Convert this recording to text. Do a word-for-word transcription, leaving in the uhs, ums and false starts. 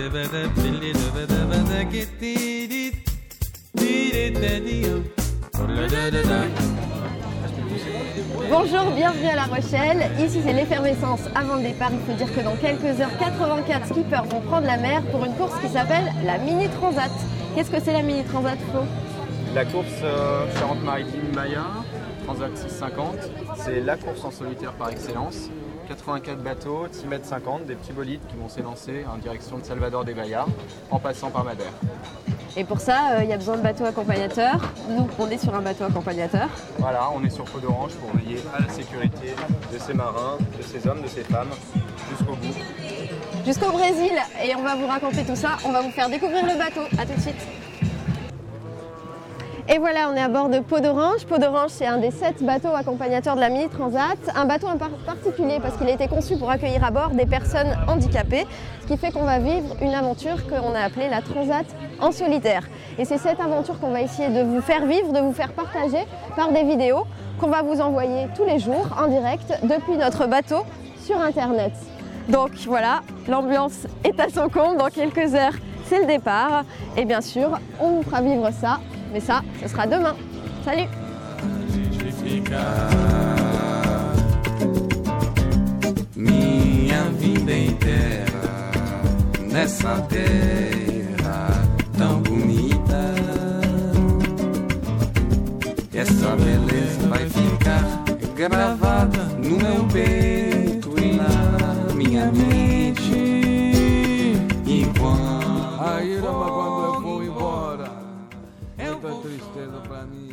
Bonjour, bienvenue à La Rochelle. Ici c'est l'effervescence avant le départ. Il faut dire que dans quelques heures, quatre-vingt-quatre skippers vont prendre la mer pour une course qui s'appelle la Mini Transat. Qu'est-ce que c'est la Mini Transat, Flo? La course euh, Charente-Maritime-Maya, Transat six cent cinquante, c'est la course en solitaire par excellence. quatre-vingt-quatre bateaux, six mètres cinquante, des petits bolides qui vont s'élancer en direction de Salvador des Bahia, en passant par Madère. Et pour ça, il euh, y a besoin de bateaux accompagnateurs. Nous, on est sur un bateau accompagnateur. Voilà, on est sur Feu d'Orange pour veiller à la sécurité de ces marins, de ces hommes, de ces femmes, jusqu'au bout. Jusqu'au Brésil, et on va vous raconter tout ça. On va vous faire découvrir le bateau. A tout de suite. Et voilà, on est à bord de Peau d'Orange. Peau d'Orange, c'est un des sept bateaux accompagnateurs de la Mini Transat. Un bateau en particulier parce qu'il a été conçu pour accueillir à bord des personnes handicapées, ce qui fait qu'on va vivre une aventure qu'on a appelée la Transat en solitaire. Et c'est cette aventure qu'on va essayer de vous faire vivre, de vous faire partager par des vidéos qu'on va vous envoyer tous les jours en direct depuis notre bateau sur Internet. Donc voilà, l'ambiance est à son comble. Dans quelques heures, c'est le départ. Et bien sûr, on vous fera vivre ça. Mais ça, ce sera demain. Salut! Minha vida inteira nessa terra tão bonita. Essa beleza vai ficar gravada no meu peito e na minha mente. Enquanto aí, quando eu vou embora, muita tristeza pra mim.